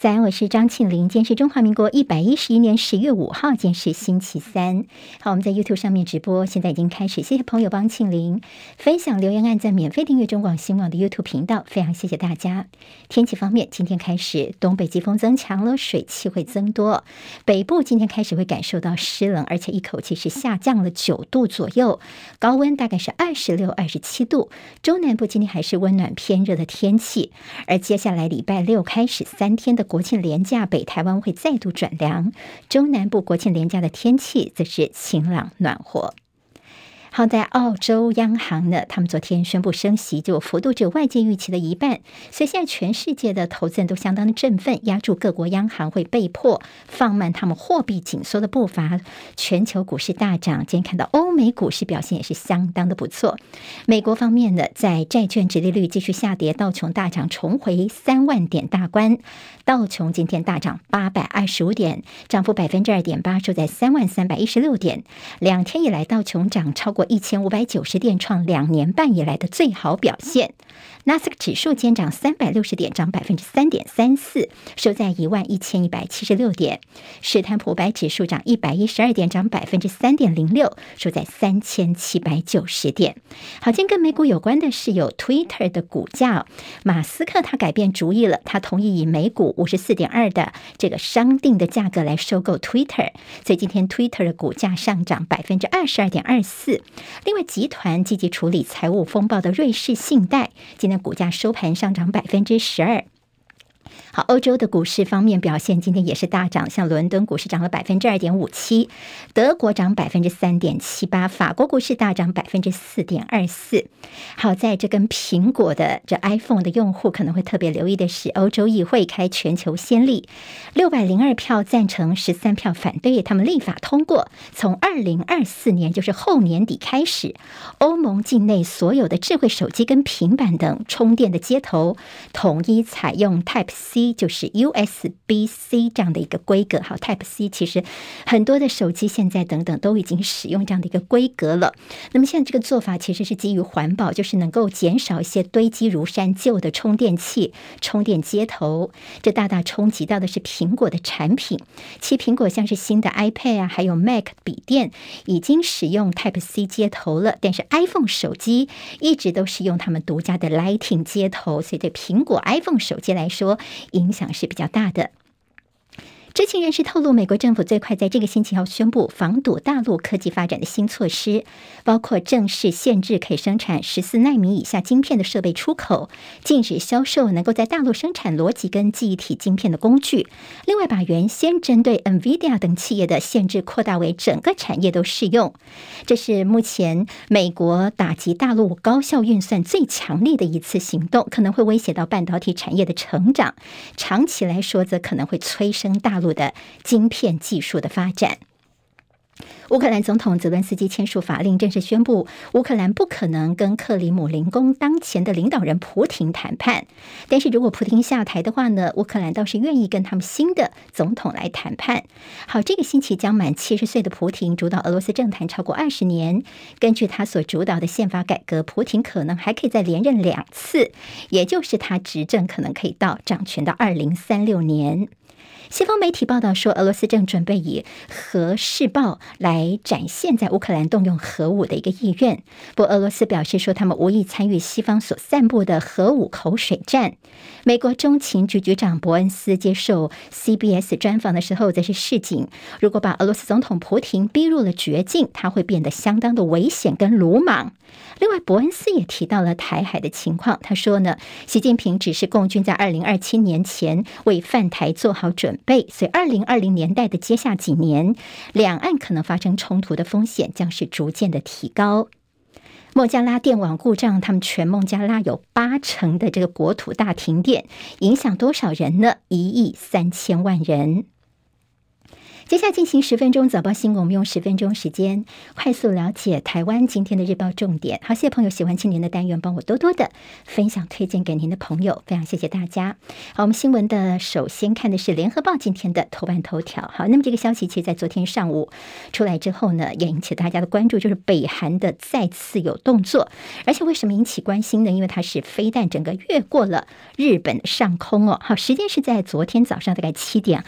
早安，我是张庆玲。今天是中华民国111年10月5号，今天是星期三。好，我们在 YouTube 上面直播，现在已经开始。谢谢朋友帮庆玲分享、留言、按赞、免费订阅中广新闻网的 YouTube 频道，非常谢谢大家。天气方面，今天开始东北季风增强了，水汽会增多。北部今天开始会感受到湿冷，而且一口气是下降了9度左右，高温大概是26、27度。中南部今天还是温暖偏热的天气，而接下来礼拜六开始3天的国庆连假，北台湾会再度转凉，中南部国庆连假的天气则是晴朗暖和。好，在澳洲央行呢，他们昨天宣布升息，就幅度只有外界预期的一半，所以现在全世界的投资人都相当的振奋，压住各国央行会被迫放慢他们货币紧缩的步伐。全球股市大涨，今天看到欧美股市表现也是相当的不错。美国方面呢，在债券殖利率继续下跌，道琼大涨重回3万点大关，道琼今天大涨825点，涨幅2.8%，收在30316点。2天以来，道琼涨超过1590点，创2年半以来的最好表现。纳斯达克指数今天涨360点，涨3.34%，收在11176点。史坦普500指数涨112点，涨3.06%，收在3790点。好，今天跟美股有关的是有 Twitter 的股价，马斯克他改变主意了，他同意以每股54.2的这个商定的价格来收购 Twitter， 所以今天 Twitter 的股价上涨22.24%。另外，集团积极处理财务风暴的瑞士信贷，今天股价收盘上涨12%。好，欧洲的股市方面表现今天也是大涨，像伦敦股市涨了2.57%，德国涨3.78%，法国股市大涨4.24%。好，在这跟苹果的这 iPhone 的用户可能会特别留意的是，欧洲议会开全球先例，602票赞成，13票反对，他们立法通过，从2024年就是后年底开始，欧盟境内所有的智慧手机跟平板等充电的接头统一采用 Type-C，就是 USB-C 这样的一个规格。好， Type-C 其实很多的手机现在等等都已经使用这样的一个规格了。那么现在这个做法其实是基于环保，就是能够减少一些堆积如山旧的充电器、充电接头，这大大冲击到的是苹果的产品。其苹果像是新的 iPad 啊，还有 Mac 笔电已经使用 Type-C 接头了，但是 iPhone 手机一直都是用他们独家的 Lightning 接头，所以对苹果 iPhone 手机来说影响是比较大的。知情人士透露，美国政府最快在这个星期要宣布防堵大陆科技发展的新措施，包括正式限制可以生产14奈米以下晶片的设备出口，禁止销售能够在大陆生产逻辑跟记忆体晶片的工具。另外，把原先针对 NVIDIA 等企业的限制扩大为整个产业都适用。这是目前美国打击大陆高效运算最强力的一次行动，可能会威胁到半导体产业的成长，长期来说则可能会催生大陆的晶片技术的发展。乌克兰总统泽伦斯基签署法令，正式宣布乌克兰不可能跟克里姆林宫当前的领导人普廷谈判。但是如果普廷下台的话呢，乌克兰倒是愿意跟他们新的总统来谈判。好，这个星期将满70岁的普廷主导俄罗斯政坛超过20年，根据他所主导的宪法改革，普廷可能还可以再连任2次，也就是他执政可能可以掌权到2036年。西方媒体报道说，俄罗斯正准备以核试爆来展现在乌克兰动用核武的一个意愿。不过，俄罗斯表示说，他们无意参与西方所散布的核武口水战。美国中情局局长伯恩斯接受 CBS 专访的时候，则是示警，如果把俄罗斯总统普廷逼入了绝境，他会变得相当的危险跟鲁莽。另外，伯恩斯也提到了台海的情况，他说呢，习近平指示共军在2027年前为犯台做好准备，所以2020年代的接下几年，两岸可能发生冲突的风险将是逐渐的提高。孟加拉电网故障，他们全孟加拉有80%的这个国土大停电，影响多少人呢？1亿3000万人。 接下来进行10分钟早报新闻，我们用10分钟时间快速了解台湾今天的日报重点。好，谢谢朋友喜欢青年的单元，帮我多多的分享推荐给您的朋友，非常谢谢大家。好，我们新闻的首先看的是联合报今天的头版头条。好，那么这个消息其实在昨天上午出来之后呢，也引起大家的关注，就是北韩的再次有动作。而且为什么引起关心呢？因为它是飞弹整个越过了日本的上空哦。好，时间是在昨天早上大概7点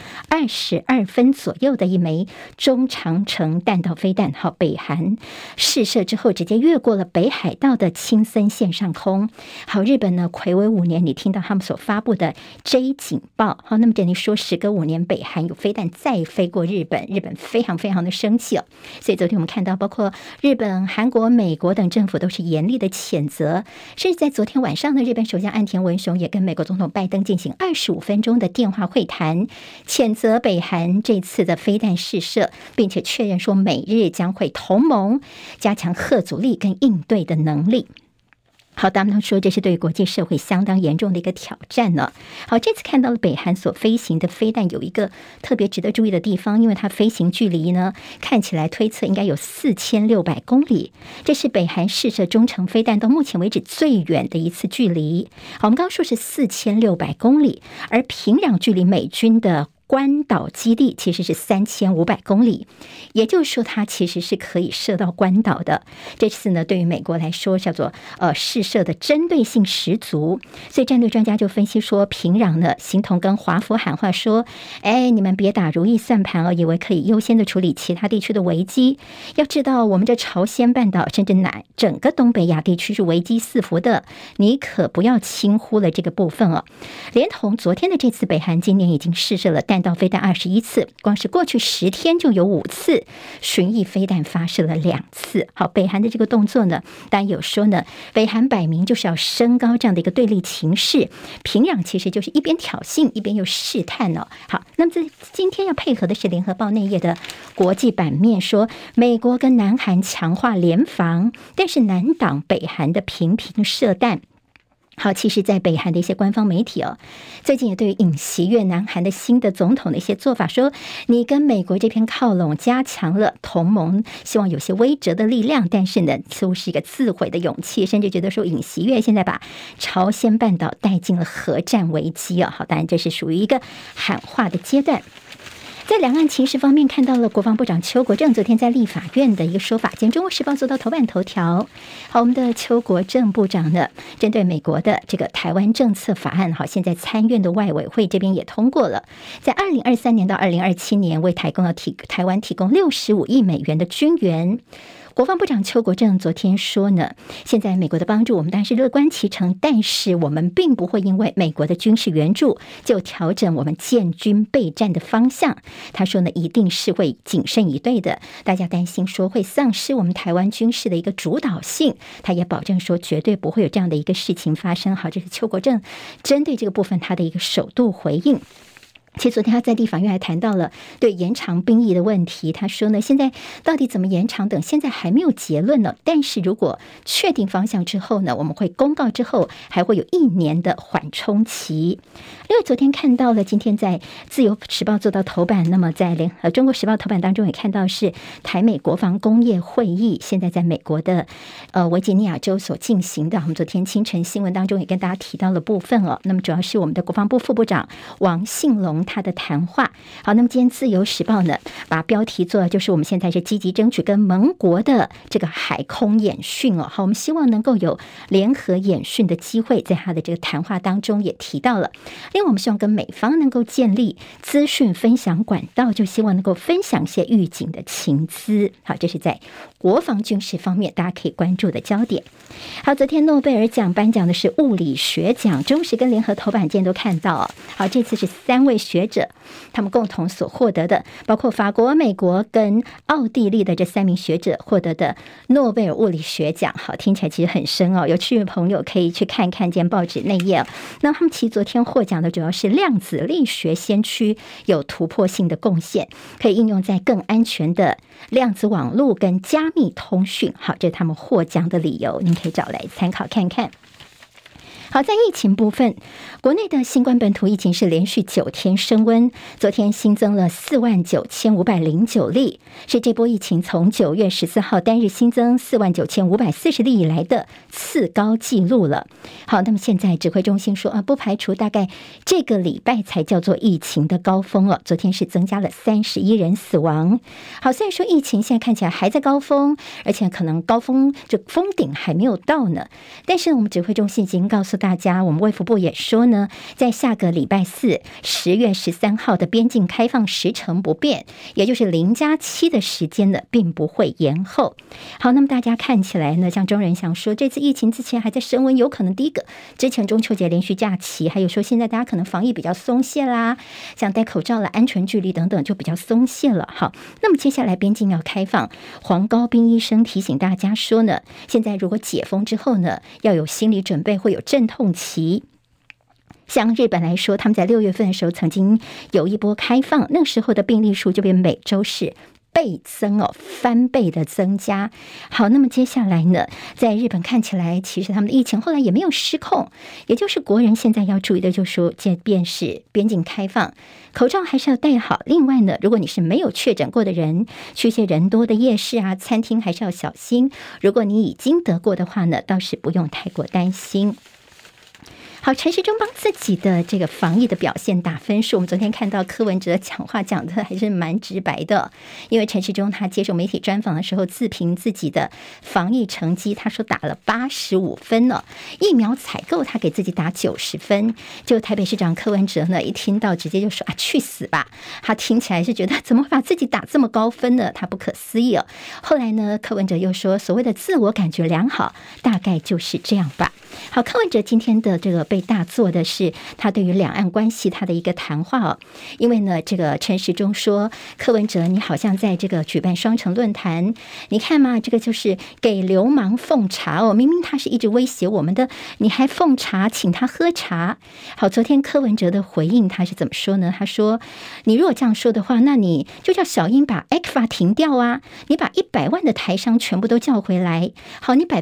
22分左右的一枚中长程弹道飞弹，好，北韩试射之后直接越过了北海道的青森县上空。好，日本呢睽违5年，你听到他们所发布的 J 警报。好，那么等于说时隔5年，北韩有飞弹再飞过日本，日本非常非常的生气哦。所以昨天我们看到，包括日本、韩国、美国等政府都是严厉的谴责，甚至在昨天晚上呢，日本首相岸田文雄也跟美国总统拜登进行25分钟的电话会谈，谴责北韩这次的飞弹试射，并且确认说美日将会同盟，加强嚇阻力跟应对的能力。好，他们说这是对国际社会相当严重的一个挑战呢。好，这次看到了北韩所飞行的飞弹有一个特别值得注意的地方，因为它飞行距离呢，看起来推测应该有4600公里，这是北韩试射中程飞弹到目前为止最远的一次距离。好，我们刚刚说是4600公里，而平壤距离美军的关岛基地其实是3500公里，也就是说它其实是可以射到关岛的。这次呢，对于美国来说叫做试射的针对性十足，所以战略专家就分析说，平壤呢形同跟华府喊话说，你们别打如意算盘哦，以为可以优先的处理其他地区的危机。要知道我们这朝鲜半岛甚至整个东北亚地区是危机四伏的，你可不要轻忽了这个部分哦。连同昨天的这次，北韩今年已经试射了弹道飞弹21次，光是过去10天就有5次巡弋飞弹发射了2次。好，北韩的这个动作呢，当然有说呢，北韩摆明就是要升高这样的一个对立情势，平壤其实就是一边挑衅一边又试探哦。好，那么今天要配合的是联合报内页的国际版面，说美国跟南韩强化联防，但是难挡北韩的频频射弹。好，其实在北韩的一些官方媒体最近也对于尹锡悦南韩的新的总统的一些做法说，你跟美国这边靠拢，加强了同盟，希望有些威慑的力量，但是呢似乎是一个自毁的勇气，甚至觉得说尹锡悦现在把朝鲜半岛带进了核战危机好，当然这是属于一个喊话的阶段。在两岸情势方面，看到了国防部长邱国正昨天在立法院的一个说法，今天《中国时报》做到头版头条。好，我们的邱国正部长呢，针对美国的这个台湾政策法案，好，现在参院的外委会这边也通过了，在2023年到2027年为台湾提供65亿美元的军援。国防部长邱国正昨天说呢，现在美国的帮助我们当然是乐观其成，但是我们并不会因为美国的军事援助就调整我们建军备战的方向。他说呢，一定是会谨慎以对的，大家担心说会丧失我们台湾军事的一个主导性，他也保证说绝对不会有这样的一个事情发生。好，这是邱国正针对这个部分他的一个首度回应。其实昨天他在立法院还谈到了对延长兵役的问题，他说呢，现在到底怎么延长等现在还没有结论呢，但是如果确定方向之后呢，我们会公告之后还会有1年的缓冲期。另外昨天看到了今天在自由时报做到头版，那么在中国时报头版当中也看到是台美国防工业会议现在在美国的维吉尼亚州所进行的，我们昨天清晨新闻当中也跟大家提到了部分那么主要是我们的国防部副部长王信龙他的谈话。好，那么今天自由时报呢把标题做的就是我们现在是积极争取跟盟国的这个海空演训好，我们希望能够有联合演训的机会，在他的这个谈话当中也提到了。另外我们希望跟美方能够建立资讯分享管道，就希望能够分享一些预警的情资。好，这是在国防军事方面大家可以关注的焦点。好，昨天诺贝尔奖颁奖的是物理学奖，中时跟联合头版今天都看到好，这次是3位学者他们共同所获得的，包括法国、美国跟奥地利的这3名学者获得的诺贝尔物理学奖。好，听起来其实很深有趣的朋友可以去看看今天报纸内页那他们其实昨天获奖的主要是量子力学先驱有突破性的贡献，可以应用在更安全的量子网络跟加密通讯。好，这是他们获奖的理由，您可以找来参考看看。 好，在疫情部分，国内的新冠本土疫情是连续9天升温，昨天新增了49509例，是这波疫情从9月14号单日新增49540例以来的次高纪录了。好，那么现在指挥中心说不排除大概这个礼拜才叫做疫情的高峰了。昨天是增加了31人死亡。好，虽然说疫情现在看起来还在高峰，而且可能高峰这峰顶还没有到呢，但是我们指挥中心已经告诉大家，我们卫福部也说呢，在下个礼拜4 10月13号的边境开放时程不变，也就是0+7的时间呢，并不会延后。好，那么大家看起来呢，像中人想说，这次疫情之前还在升温，有可能第一个之前中秋节连续假期，还有说现在大家可能防疫比较松懈啦，像戴口罩啦、安全距离等等就比较松懈了。好，那么接下来边境要开放，黄高斌医生提醒大家说呢，现在如果解封之后呢，要有心理准备，会有阵痛期。像日本来说，他们在6月份的时候曾经有一波开放，那时候的病例数就变每周是倍增翻倍的增加。好，那么接下来呢，在日本看起来其实他们的疫情后来也没有失控，也就是国人现在要注意的就是说，即便是边境开放，口罩还是要戴好。另外呢，如果你是没有确诊过的人，去一些人多的夜市啊、餐厅还是要小心。如果你已经得过的话呢，倒是不用太过担心。好，陈时中帮自己的这个防疫的表现打分数。我们昨天看到柯文哲讲话讲的还是蛮直白的，因为陈时中他接受媒体专访的时候自评自己的防疫成绩，他说打了85分了。疫苗采购他给自己打90分，就台北市长柯文哲呢一听到直接就说去死吧，他听起来是觉得怎么会把自己打这么高分呢？他不可思议哦。后来呢，柯文哲又说所谓的自我感觉良好，大概就是这样吧。好，柯文哲今天的这个被大做的是他对于两岸关系他的一个谈话因为呢，这个陈时中说柯文哲你好像在这个举办双城论坛，你看嘛，这个就是给流氓奉茶明明他是一直威胁我们的，你还奉茶请他喝茶。好，昨天柯文哲的回应他是怎么说呢？他说你如果这样说的话，那你就叫小英把 ECFA 停掉啊，你把100万的台商全部都叫回来。好，你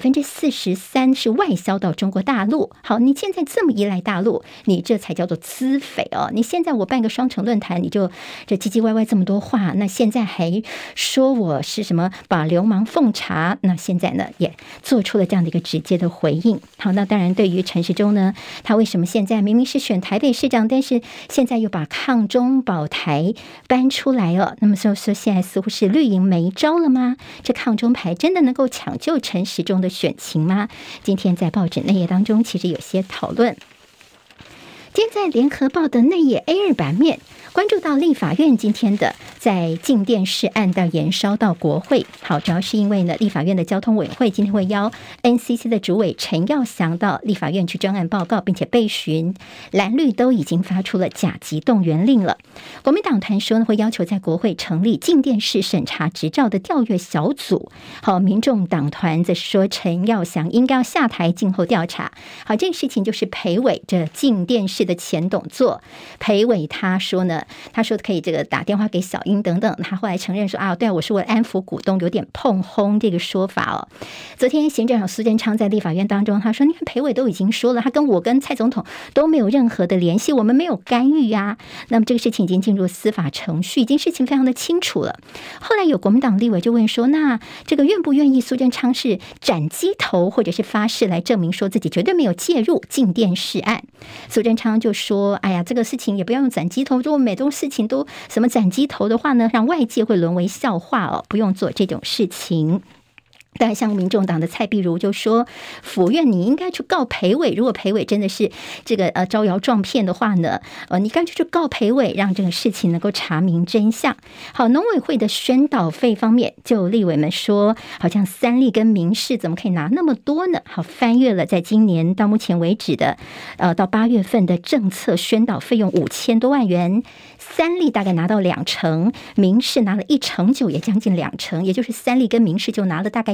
43%是外销到中国大陆，好，你现在这么依赖大陆，你这才叫做资匪你现在我办个双城论坛，你就这唧唧歪歪这么多话，那现在还说我是什么把流氓奉茶，那现在呢也做出了这样的一个直接的回应。好，那当然对于陈时中呢，他为什么现在明明是选台北市长，但是现在又把抗中保台搬出来那么说现在似乎是绿营没招了吗？这抗中牌真的能够抢救陈时中的选情吗？今天在报纸内页当中其实有些讨论。今天在联合报的内页 A2 版面关注到立法院今天的在禁电视案的延烧到国会。好，主要是因为呢，立法院的交通委员会今天会邀 NCC 的主委陈耀祥到立法院去专案报告，并且备询，蓝绿都已经发出了甲级动员令了。国民党团说呢，会要求在国会成立禁电视审查执照的调阅小组。好，民众党团则是说陈耀祥应该要下台静候调查。好，这个事情就是裴伟这禁电视的前董座，裴伟他说呢，他说可以这个打电话给小英等等，他后来承认说对我是为了安抚股东，有点碰轰这个说法昨天行政长苏贞昌在立法院当中他说，你看裴伟都已经说了，他跟我跟蔡总统都没有任何的联系，我们没有干预啊。那么这个事情已经进入司法程序，已经事情非常的清楚了。后来有国民党立委就问说，那这个愿不愿意苏贞昌是斩鸡头或者是发誓来证明说自己绝对没有介入禁电视案？苏贞昌就说，哎呀，这个事情也不要用斩鸡头，如果每种事情都什么斩鸡头的话呢，让外界会沦为笑话不用做这种事情。但像民众党的蔡壁如就说，府院你应该去告裴伟，如果裴伟真的是这个招摇撞骗的话呢，你干脆去告裴伟，让这个事情能够查明真相。好，农委会的宣导费方面，就立委们说，好像三立跟民视怎么可以拿那么多呢？好，翻阅了在今年到目前为止的到8月份的政策宣导费用5000多万元，三立大概拿到2成，民视拿了1成9，也将近2成，也就是三立跟民视就拿了大概有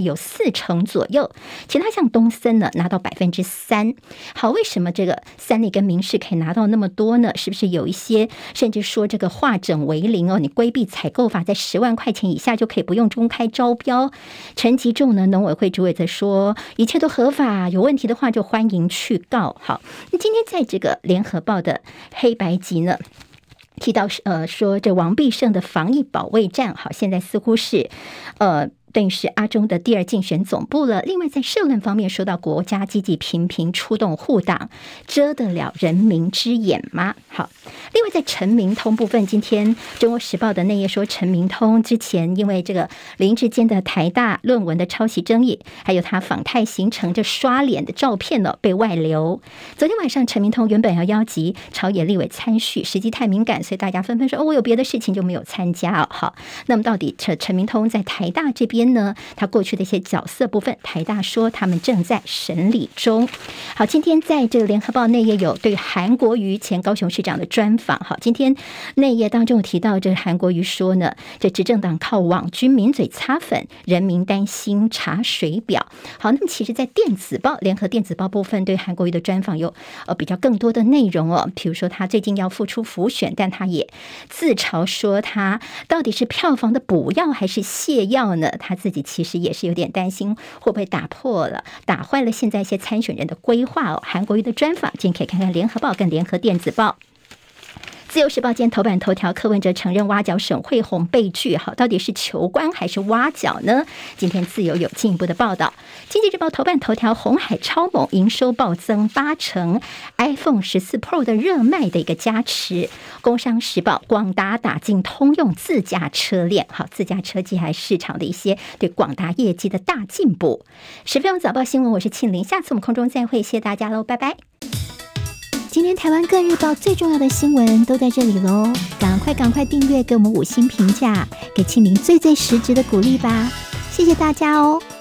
有40%左右，其他像东森呢拿到3%。好，为什么这个三立跟民视可以拿到那么多呢？是不是有一些甚至说这个化整为零哦？你规避采购法，在10万块钱以下就可以不用公开招标。陈吉仲呢，农委会主委则说，一切都合法，有问题的话就欢迎去告。好，那今天在这个联合报的黑白集呢，提到说这王必胜的防疫保卫战，好，现在似乎是等于是阿中的第2竞选总部了。另外在社论方面说到，国家积极频频出动护党，遮得了人民之眼吗？好，另外在陈明通部分，今天中国时报的内页说，陈明通之前因为这个林智坚的台大论文的抄袭争议，还有他访泰行程这刷脸的照片呢被外流。昨天晚上陈明通原本要邀集朝野立委参叙，时机太敏感，所以大家纷纷说我有别的事情就没有参加。好，那么到底陈明通在台大这边呢，他过去的一些角色部分，台大说他们正在审理中。好，今天在这个联合报内页有对韩国瑜前高雄市长的专访。好，今天内页当中提到，这韩国瑜说呢，这执政党靠网军抿嘴擦粉，人民担心查水表。好，那么其实在电子报联合电子报部分对韩国瑜的专访有比较更多的内容哦，比如说他最近要复出辅选，但他也自嘲说他到底是票房的补药还是泻药呢？他自己其实也是有点担心会不会打坏了现在一些参选人的规划哦。韩国瑜的专访，今天可以看看联合报跟联合电子报。自由时报今天头版头条，柯文哲承认挖角沈慧虹被拒，好，到底是求官还是挖角呢？今天自由有进一步的报道。经济日报头版头条，鸿海超猛，营收暴增80%， iPhone 14 Pro 的热卖的一个加持。工商时报，广达打进通用自驾车链，好，自驾车机还市场的一些对广达业绩的大进步。10分钟早报新闻，我是庆玲，下次我们空中再会，谢谢大家喽，拜拜。今天台湾各日报最重要的新闻都在这里喽，赶快订阅，给我们5星评价，给庆玲最实质的鼓励吧，谢谢大家哦。